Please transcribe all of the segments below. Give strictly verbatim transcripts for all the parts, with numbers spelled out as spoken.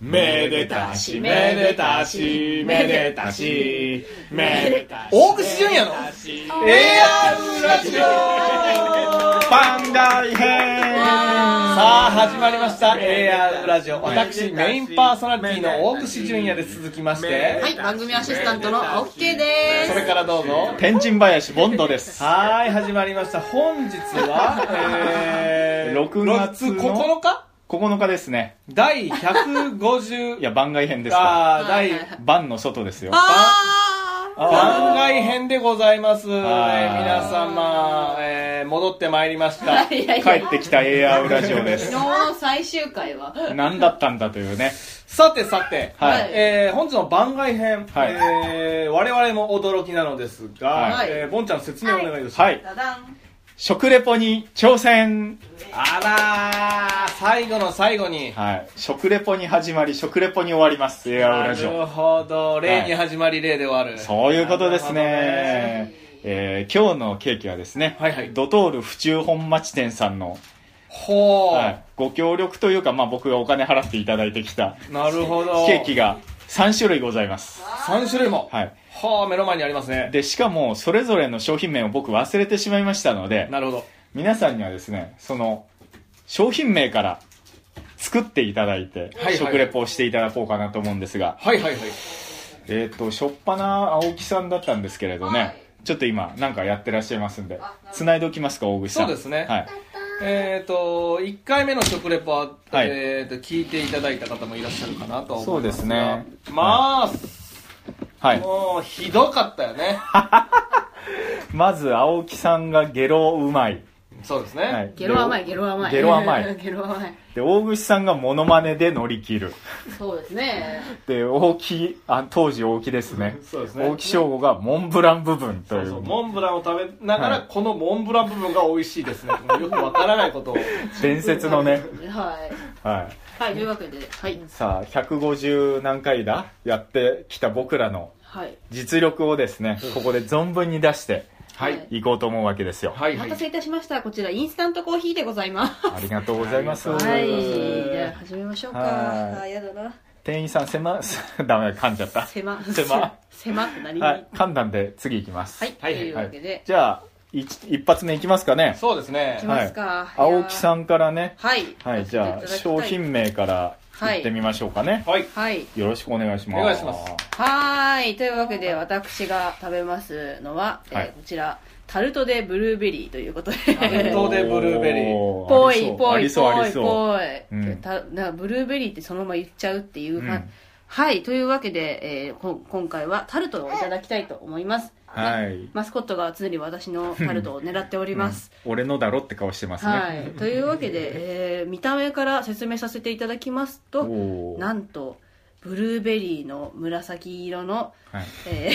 めでたしめでたしめでたしめでたし大串純也の エーアール ラジオ番外編。 さあ始まりました エーアール ラジオ。私メインパーソナリティの大串純也で続きまして、 はい、番組アシスタントの青木圭です。 それからどうぞ天神林ボンドです。 はい、始まりました。本日は、えー、 ろくがつのここのかここのかですね。 だいひゃくごじゅういや番外編ですか。 あー、第番の外ですよ。 あー番外編でございます。えーー皆様、えー戻ってまいりました。 いやいや帰ってきた エーアール ラジオです。 昨日の最終回は何だったんだというね。 さてさて、 はいえー本日の番外編、 はいえー我々も驚きなのですが、 はいえーボンちゃん説明お願いいたします。 はい。 ダダン。 食レポに挑戦。 あらー、最後の最後に。 はい。食レポに始まり、食レポに終わります。エーアール ラジオ。 なるほど、例に始まり例で終わる。 そういうことですなるほどねね。 えー今日のケーキはですね、 はいはいドトール府中本町店さんの、 ほー、 はい、ご協力というか、まあ、僕がお金払っていただいてきたなるほど。 ケーキがさん種類ございます。 さん種類も。 はい。 はー、目の前にありますね。 で、しかも、それぞれの商品名を僕忘れてしまいましたので、 なるほど。 皆さんにはですね、その、商品名から作っていただいて、 はい食レポをしていただこうかなと思うんですが、 はいはいはい。 えっ、と、しょっぱな青木さんだったんですけれどね、ちょっと今、なんかやってらっしゃいますんで、繋いでおきますか、大口さん。 そうですねはい。 えっ、と、いっかいめの食レポは、 はいえー、と聞いていただいた方もいらっしゃるかなとは思いますが、 そうですねまあ、 はい。 もうひどかったよね。 まず、青木さんがゲロうまい。 そうですね。 はい。 ゲロ甘い、ゲロ甘い。 ゲロ甘い。 ゲロ甘い。 で、大口さんがモノマネで乗り切る。 そうですね。 で、大木、あ、当時大木ですね。 そうですね。 大木翔吾がモンブラン部分という。 そうそう、モンブランを食べながら、 はいこのモンブラン部分が美味しいですね。よくわからないことを。 伝説のね。 はい。 はい。 はい、というわけで、はい。 さあ、ひゃくごじゅう何回だやってきた僕らのはい。 実力をですね、ここで存分に出してはい。 いこうと思うわけですよ。 はいはいお待た。せいたしました。こちら、インスタントコーヒーでございます。 ありがとうございます。 ははいい。じゃあ、始めましょうか。 はいあー、やだな。 店員さん、狭、ダメだ、噛んじゃった。 狭。 狭。 狭って何はい、噛んだんで次行きます。 はい。とはいはいいうわけで、 じゃあ、一一発目いきますかね。 そうですねいき。ますか。 青木さん。 んからね。 はい。 はい、じゃあ、商品名から言ってみましょうかね。 はい。 はい。 よろしくお願いします。 お願いしますはーい。というわけで、私が食べますのは、えーはいこちら、タルトでブルーベリーということで。 タルトでブルーベリーおぽありそういぽいありそうあぽいりそう。 ぽい。 うんたなブルーベリーってそのまま言っちゃうっていうか、 うんはい。というわけで、えーこ今回はタルトをいただきたいと思います。 はい。 マスコットが常に私のタルトを狙っております。 うん俺のだろって顔してますね。 はい。というわけで、えー見た目から説明させていただきますと、 おーなんと、ブルーベリーの紫色の、 はい、 え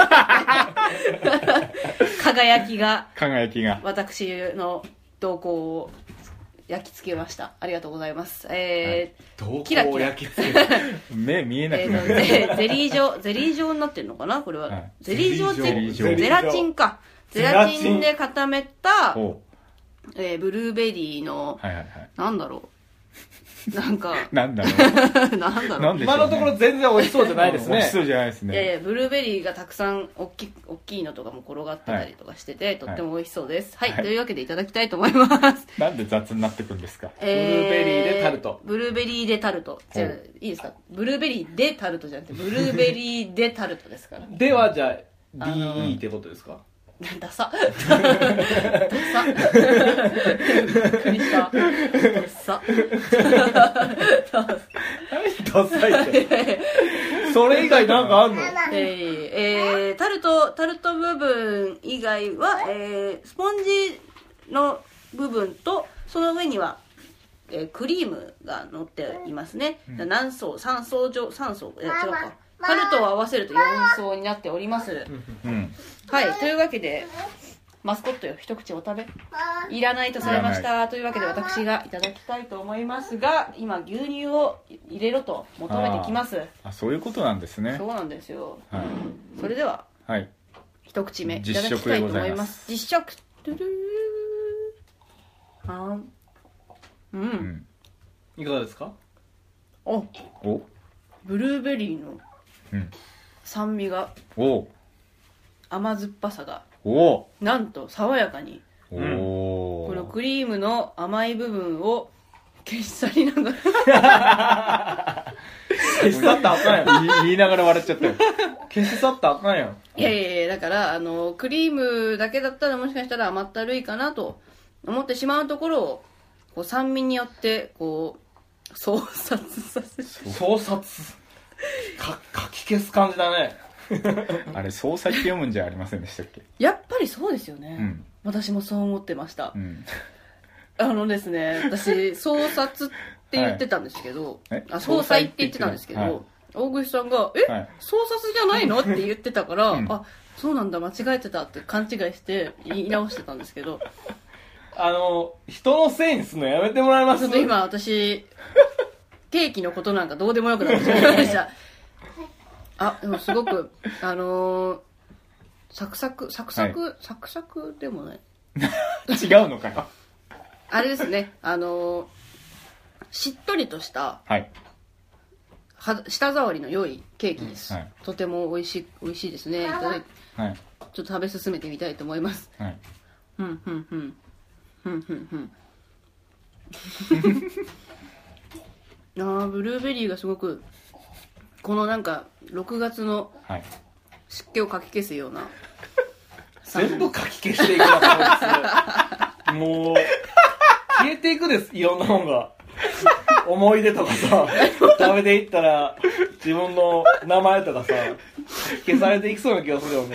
ー輝きが輝きが。 私の動向を焼き付けました。ありがとうございます。えどこキラキラを焼き付ける。 目見えーえなくなる。 ーとゼゼリー状、ゼリー状になってるのかなこれは。 はいゼリー状ってゼリー状ゼラチンか。ゼラチンで固めた、 おえーブルーベリーの、 はいはいはい。 なんだろう。なんか、 なんだろなんだう。 ろう。 なんでしょうね今のところ全然美味しそうじゃないですね美味し。そうじゃないですね。 えーブルーベリーがたくさん大き大きいのとかも転がってたりとかしてて、とっても美味しそうです。はい、 はいというわけでいただきたいと思います。 なんで雑になってくんですか。 えーブルーベリーでタルトブルーベリーでタルト。じゃあほういいですかブルーベリーでタルトじゃなくて、ブルーベリーでタルトですから。 では、じゃあ、 あのディーイー ってことですか？ ダサ。ダサ。びっくりした。ダサ。 ダサいって。それ以外なんかあんの？ えーえータルト、タルト部分以外は、えースポンジの部分と、その上には、えークリームが乗っていますね。何層、さん層状、さん層、いや違うか。タルトを合わせるとよん層になっております。 うん。 はい、というわけで、マスコットよ、一口お食べ。いらないとされました。というわけで私がいただきたいと思いますが、今牛乳を入れろと求めてきます。 あ、そういうことなんですね。 そうなんですよ。 はい。 それでは、 はい。 一口目いた実だきたいと食でござ思いまいますす。 実食。トゥルーはん。う。 うんん。 いかがですか？ お、 お、 ブルーベリーのうん酸味が、 お甘酸っぱさがおなんと爽やかに、 おおこのクリームの甘い部分を消し去りながら消し去ったらあかんやん。 言い言いながら笑っちゃったよ。 消し去ったらあかんやん。 いやいやいや、だからあのクリームだけだったらもしかしたら甘ったるいかなと思ってしまうところをこう酸味によってこう創殺させ創殺か書き消す感じだね。 あれ総裁って読むんじゃありませんでしたっけ？ やっぱりそうですよね、 うん、 私もそう思ってました、 うん、 あのですね、私創殺って言ってたんですけど、 はい、 あ総裁って言ってたんですけど、はい、大口さんがえ、はい、創殺じゃないのって言ってたから、うん、あそうなんだ間違えてたって勘違いして言い直してたんですけどあの人のせいにするのやめてもらえます？ ちょっと今私ケーキのことなんかどうでもよくなってしまいましたあでもすごくあのー、サクサクサクサク、はい、サクサクでもない違うのかよあれですね、あのー、しっとりとした、 はい、 は舌触りの良いケーキです、はい、とても美味しい美味しいですね。いただいて、はい、ちょっと食べ進めてみたいと思います。はい、ふんふんふんふんふんふんあーブルーベリーがすごくこのなんかろくがつの湿気をかき消すような、 はい、全部かき消していくなこいつもう消えていくです、いろんなもんが思い出とかさ食べていったら自分の名前とかさ消されていきそうな気がするよね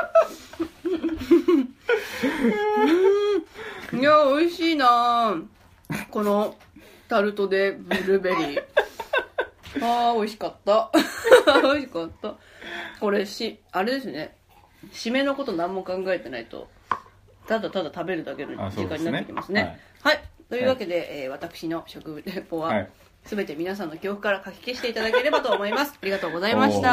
うんいや美味しいなこのタルトでブルーベリーあー美味しかった美味しかった。これしあれですね、締めのこと何も考えてないとただただ食べるだけの時間になってきますね。はい、はい、というわけで、はい、えー、私の食レポは、はい、全て皆さんの記憶から書き消していただければと思います。ありがとうございました。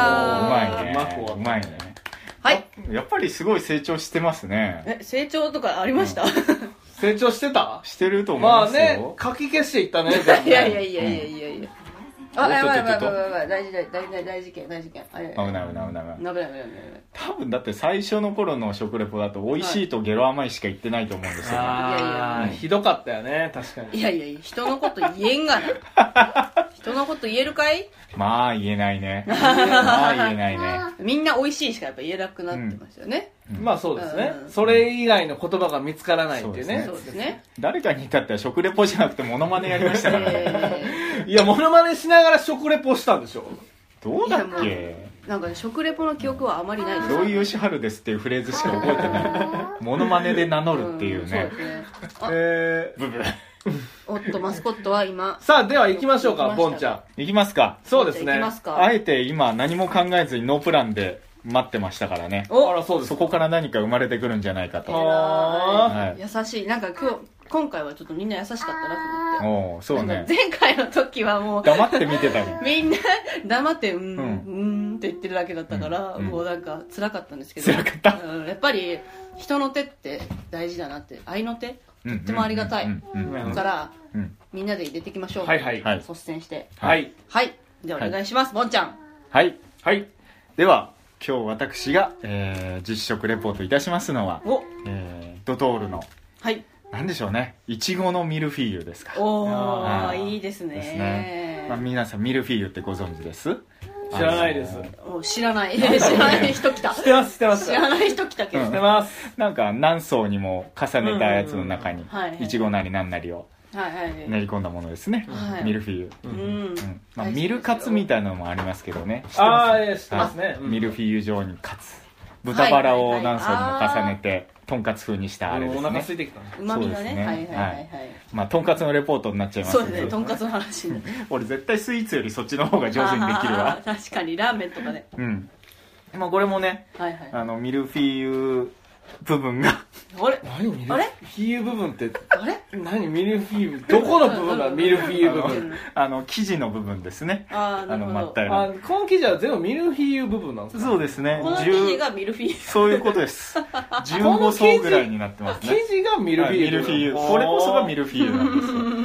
うまいねうまいね。 はい、 やっぱりすごい成長してますね。 え成長とかありました、うん、 成長してたしてると思いますよ。 まあね書き消していったねいやいやいやいやいやいや、あ、やばいやばいやばいやばい、大事大事大事大事件大事件、あれ危ない危ない危ない危ない危ない危ない。多分だって最初の頃の食レポだと美味しいとゲロ甘いしか言ってないと思うんですよね。 あいやいや、うん、ひどかったよね確かに。 いやいやいや人のこと言えんがな人のこと言えるかい？ まあ言えないねまあ言えないね。 みんな美味しいしかやっぱ言えなくなってますよね、 うんうん、まあそうですね、うん、それ以外の言葉が見つからないっていうね。 そうですね。 誰かに至っては食レポじゃなくてモノマネやりましたからね、 えー、いやモノマネしながら食レポしたんでしょ。 どうだっけ。 なんか、ね、食レポの記憶はあまりないです。 土井善晴ですっていうフレーズしか覚えてないモノマネで名乗るっていうね、うん、そうですね。 えー、ブブおっとマスコットは今さあでは行きましょうか。ボンちゃん行きますか。 そうですね。 あえて今何も考えずにノープランで待ってましたからね。 あらそうです。 そこから何か生まれてくるんじゃないかと。 はい、優しい。なんか今日今回はちょっとみんな優しかったなと思って。 おーそうね。 前回の時はもう黙って見てたりみんな黙ってうん、うん、うんって言ってるだけだったから、うん、もうなんか辛かったんですけど、 辛かった、 うん、やっぱり人の手って大事だなって。愛の手とってもありがたいから、うん、みんなで入れていきましょう。 はいはい、 率先してはいはいではお願いします、はい、ボンちゃん。 はいはいでは今日私が、えー、実食レポートいたしますのは、えー、ドトールのはいなんでしょうね、いちごのミルフィーユですか。 おーいいですね。ですね、 まあ、皆さんミルフィーユってご存知です？ 知らないです。 知らない知らない人来た。 知ってます知ってます。 知らない人来たけど、 知ってます。 なんか何層にも重ねたやつの中にいちごなりなんなりを練り込んだものですね、はい、ミルフィーユ、うんうんまあ、ミルカツみたいなのもありますけどね。知ってます？ ああ、知ってますね、 うん、ミルフィーユ状にカツ豚バラを何層にも重ねてとんかつ風にしたあれですね。 お腹空いてきた。 うまみがね。はいはいはいはい。 まあとんかつのレポートになっちゃいますけど。 そうですね。とんかつの話ね。 俺絶対スイーツよりそっちの方が上手にできるわ。 確かにラーメンとかね。 うん。まあこれもね、はいはい、あのミルフィーユ部分があれ何ミルフィーユ部分ってあれ何ミルフィーユどこの部分がミルフィーユ部分あの生地の部分ですね。 ああのまったりあこの生地は全部ミルフィーユ部分なんですか？ そうですね。 この生地がミルフィーユ。 そういうことです。じゅうご層ぐらいになってますね。 生地がミルフィーユ。 ミルフィーユ。これこそがミルフィーユなんですよ。 なるほ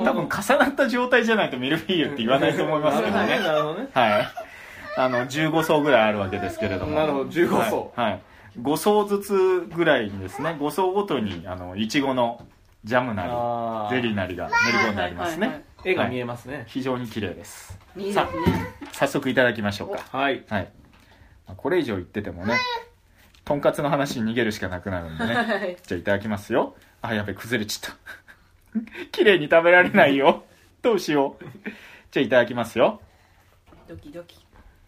多分重なった状態じゃないとミルフィーユって言わないと思いますけどね。 なるほどね。 はい。あの、じゅうご層ぐらいあるわけですけれども。 なるほど、じゅうご層。 はい。はい、ご層ずつぐらいにですね、ご層ごとに、あの、いちごのジャムなり、ゼリーなりが練り込んでありますね。 絵が見えますね。 非常に綺麗です。 いいですね。 早速いただきましょうか。 はい。 はい。これ以上言っててもね、とんかつの話に逃げるしかなくなるんでね。はい、じゃあいただきますよ。あ、やべ、崩れちゃった。綺麗に食べられないよ。どうしよう。じゃあいただきますよ。 ドキドキ。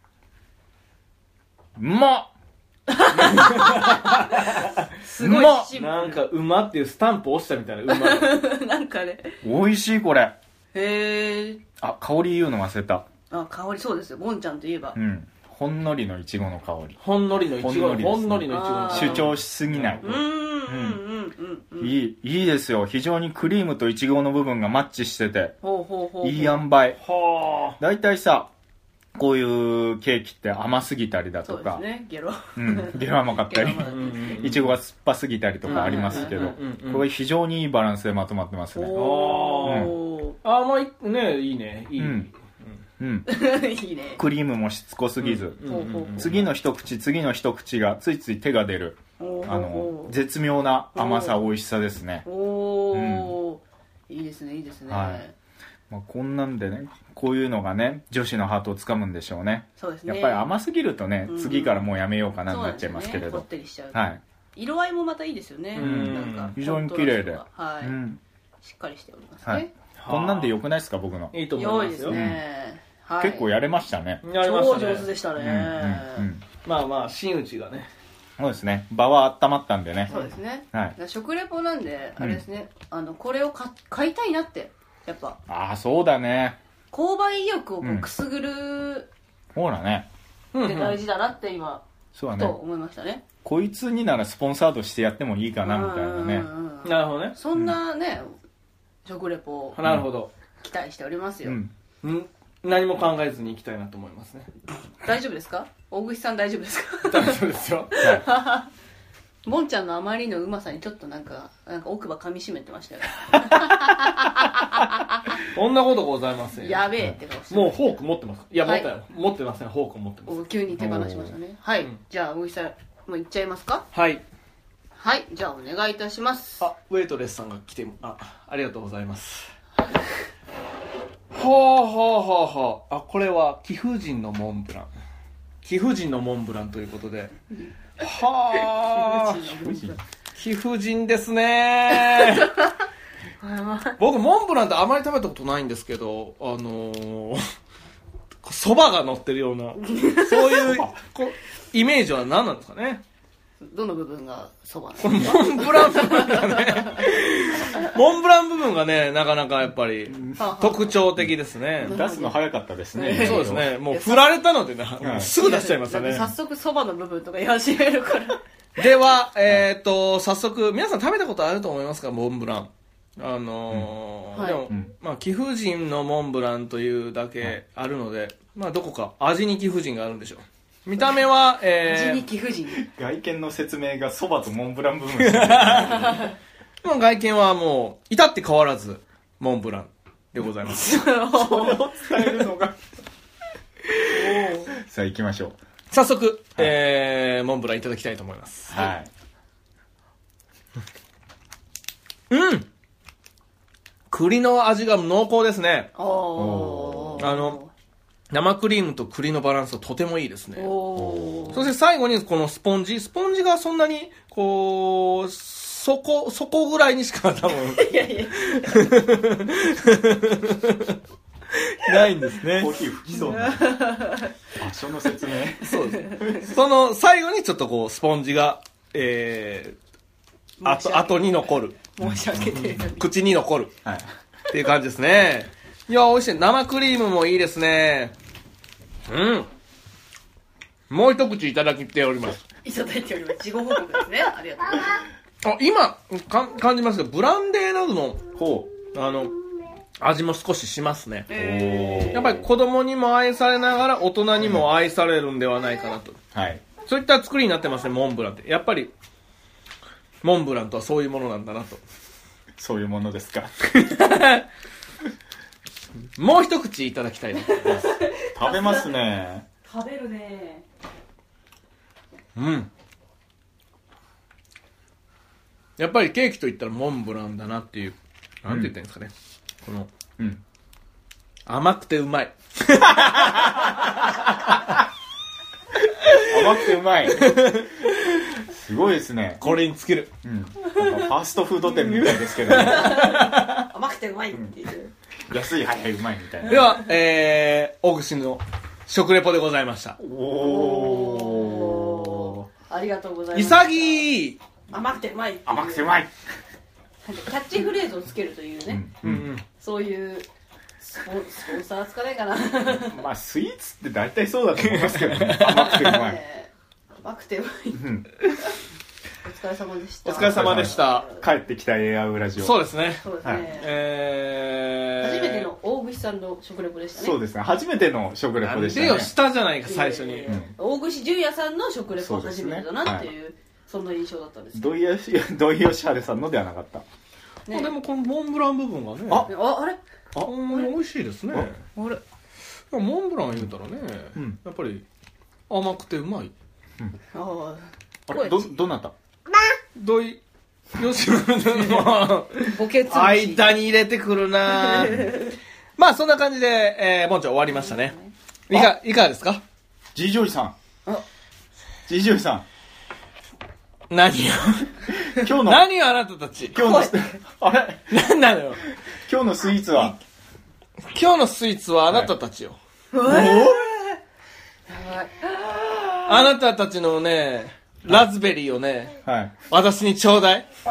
うまっすごいシンプル。 なんかうまっていうスタンプ押したみたいなうまなんかね。 美味しいこれ。 へえ。 あ、香り言うの忘れた。 あ、香りそうですよ。ゴンちゃんといえば。 うん。ほんのりのいちごの香り。 ほんのりのいちごのほんのりのいちごの主張しすぎない。 うんうんうんうん。 いいいいですよ。非常にクリームといちごの部分がマッチしてて。 ほうほうほう。 いい塩梅。 はあ。 だいたいさ。こういうケーキって甘すぎたりだとか、 そうですね、ゲロ、 うん、ゲロ甘かったりいちごが酸っぱすぎたりとかありますけど、これ非常にいいバランスでまとまってますね。 おー、あ、まあね、いいね、いい、 うんうん、 いいね。 クリームもしつこすぎず、次の一口次の一口がついつい手が出る、あの絶妙な甘さ美味しさですね。 おー、うん、いいですね、いいですね。はい、 まあ、こんなんでね、こういうのがね女子のハートをつかむんでしょうね。 そうですね。 やっぱり甘すぎるとね、うん、次からもうやめようかなになっちゃいますけれど、 こってりしちゃう。 はい、 色合いもまたいいですよね。うん、なんか非常に綺麗で、 はい、うん、しっかりしておりますね。はい、 こんなんで良くないですか僕の。 いいと思いますよ。 良いですね。 うん、はい、結構やれましたね。 やりましたね。超上手でしたね。うんうんうん、 まあまあ真打ちがね。 そうですね。場は温まったんでね。 そうですね。 はい。 食レポなんであれですね。うん、あのこれをか買いたいなってやっぱ。 ああそうだね。 購買意欲をくすぐる、 そうだね。 って大事だなって今、 そうだね。 と思いましたね。 こいつにならスポンサードしてやってもいいかなみたいなね。 なるほどね。 そんなね、食レポなるほど期待しておりますよ。 うん。何も考えずに行きたいなと思いますね。 大丈夫ですか？大口さん大丈夫ですか？ 大丈夫ですよ。 ボンちゃんのあまりのうまさにちょっとなんかなんか奥歯噛み締めてましたよ。 そんなことございません。 やべえって顔して。 もうフォーク持ってます。いや、持ったよ。持ってません。フォーク持ってます。 急に手放しましたね。はい。じゃあ大口さんもういっちゃいますか？ はい。 はい。じゃあお願いいたします。 あ、ウェイトレスさんが来て、あ、ありがとうございます。はあはあはあはあ。あ、これは貴婦人のモンブラン。貴婦人のモンブランということで。はあ。貴婦人ですね。僕モンブランってあまり食べたことないんですけど、あのー、そばが乗ってるようなそういうこうイメージは何なんですかね。 どの部分がそば？ モンブラン部分がねモンブラン部分がねなかなかやっぱり特徴的ですね。 出すの早かったですね。 そうですね。もう振られたのでな、すぐ出しちゃいましたね。 早速そばの部分とか言い始めるからでは、えっと早速皆さん食べたことあると思いますか？モンブラン。あのーうん、でも、はい、まあ貴婦人のモンブランというだけあるので、はい、まあどこか味に貴婦人があるんでしょう。見た目は、 えー、味に貴婦人。 外見の説明がそばとモンブラン部分ですね。 外見はもう至って変わらずモンブランでございます。 それを伝えるのがさあ行きましょう。 早速、はい、えー、モンブランいただきたいと思います。 はい。 うん。栗の味が濃厚ですね。 おあの生クリームと栗のバランスがとてもいいですね。おそして最後にこのスポンジスポンジがそんなにこうそこそこぐらいにしか多分いやいやないんですね。 コーヒー吹きそうな場所の説明。 そうです。その最後にちょっとこうスポンジが、えー、あと後に残る。 申し訳ない。 口に残る。はい。っていう感じですね。いや、美味しい。生クリームもいいですね。うん。もう一口いただきております。 いただいております。自己報告ですね。ありがとうございます。 あ、今か感じますけど、ブランデーなどの、ほう、あの、味も少ししますね。やっぱり子供にも愛されながら大人にも愛されるんではないかなと。はい。そういった作りになってますね、モンブランって。やっぱり、モンブランとはそういうものなんだなと。 そういうものですか。 もう一口いただきたいなと思います。 食べますね。 食べるね。 うんやっぱりケーキといったらモンブランだなっていう、なんて言ったらいいんですかね、このうん甘くてうまい甘くてうまい。すごいですね。 これにつける、 うん、なんかファーストフード店みたいですけど、ね、 甘くてうまいっていう、 うん、安いはいはいうまいみたいな。 では、えー、大串の食レポでございました。 おおありがとうございます。 潔い甘くてうまい。 甘くてうまい。 キャッチフレーズをつけるというね、 うんうんうん、 そういうスポン、スポンサーつかないかな。 まあスイーツって大体そうだと思いますけどね。甘くてうまい。 甘くてうまい。 うん、 お疲れ様でした。 お疲れ様でした。 帰ってきた エーアール ラジオ。 そうですね。 そうですね。はい、 えー、 初めての大串さんの食レポでしたね。 そうですね。初めての食レポでしたね。 なんでよ、したじゃないか最初に。 えーうん、大串純也さんの食レポ初めてだなっていう、そんな印象だったんです。 土井善晴さんのではなかった。 ね、でもこのモンブラン部分がね、 あ、あ、あれ、 あ、美味しいですね。あれ、モンブラン言うたらね、うん、やっぱり甘くてうまい。 うん、 ああれ、どどなた？ 土井善晴の間に入れてくるな。まあそんな感じで、えー、ボンチョ終わりましたね。いかいかがですか？ ジージョイさん。ジージョイさん。 何よ今日の何よあなたたち今日のあれ何なのよ今日のスイーツは今日のスイーツはあなたたちよ、 はい、 あなたたちのねラズベリーをね、はい、私にちょうだい。 あ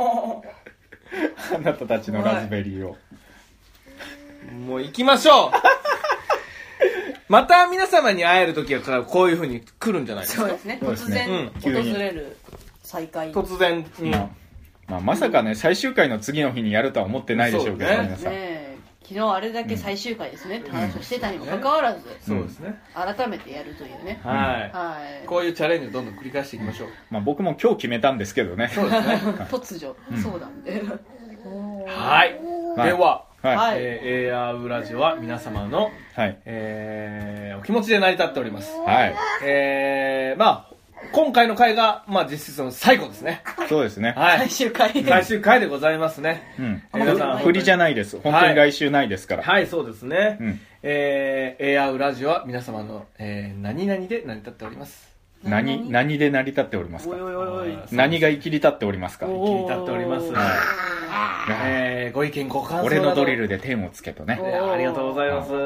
なたたちのラズベリーをもう行きましょうまた皆様に会える時はからこういう風に来るんじゃないですか。 そうですね、突然訪れる再会、 突然に、 まあまあ、まさかね最終回の次の日にやるとは思ってないでしょうけど、ね、皆さん、 ね、昨日あれだけ最終回ですねって話をしてたにもかかわらず、 そうですね、 改めてやるというね、 はい、はい、こういうチャレンジをどんどん繰り返していきましょう。 まあ、僕も今日決めたんですけどね。 そうですね突如、うん、そうなんではい、では、 はい、 えー、エーアール ラジオは皆様の、はい、えー、お気持ちで成り立っております。 はい、 えー、まあ今回の回が、まあ、実質の最後ですね。 そうですね、 はい、 最終回最終回でございますね、 うん、えー、皆さん振りじゃないです、本当に来週ないですから。 はい、はい、そうですね、うん、えー、エーアール ラジオは皆様の、えー、何々で成り立っております。 何何で成り立っておりますか。 おいおいおい、 何が生きり立っておりますか。 生きり立っております、はい、えー、ご意見ご感想など俺のドリルで点をつけとね。 ありがとうございます、うん、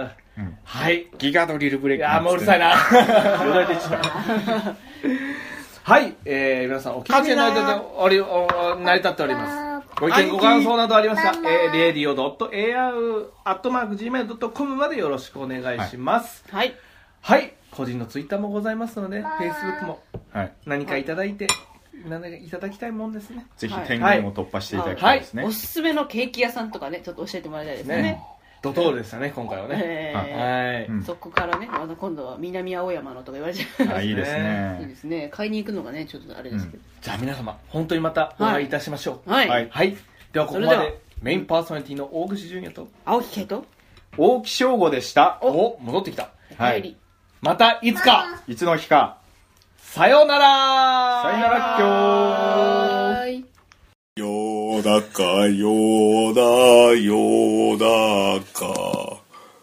はい、 ギガドリルブレイク。 いやもううるさいなよだれてきたはい、えー、皆さんお気持ちで成り立っており成り立っております。ご意見ご感想などありましたら、えー、レディオ ドットエーアール アットマーク ジーメール ドットコム までよろしくお願いします。 はい、 はい、個人のツイッターもございますので、Facebook も何かいただいて、何かいただきたいもんですね。 ぜひ天元を突破していただきたいですね。 はいはい、おすすめのケーキ屋さんとかね、ちょっと教えてもらいたいですね。ね、 ドトールでしたね今回はね、えー、 はい、うん、そこからね、また今度は南青山のとか言われちゃう。 あ、いいですね。 いいですね。買いに行くのがねちょっとあれですけど、うん、 じゃあ皆様本当にまたお会いいたしましょう。 はい、はい、 はい、ではここまでメインパーソナリティの大串純也と青木圭と大木翔吾でした。 お、戻ってきた。 はい、 またいつかいつの日か。 さようなら。 さよならっきょー。 ようだかようだようだか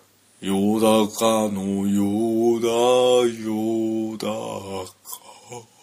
ようだかのようだようだか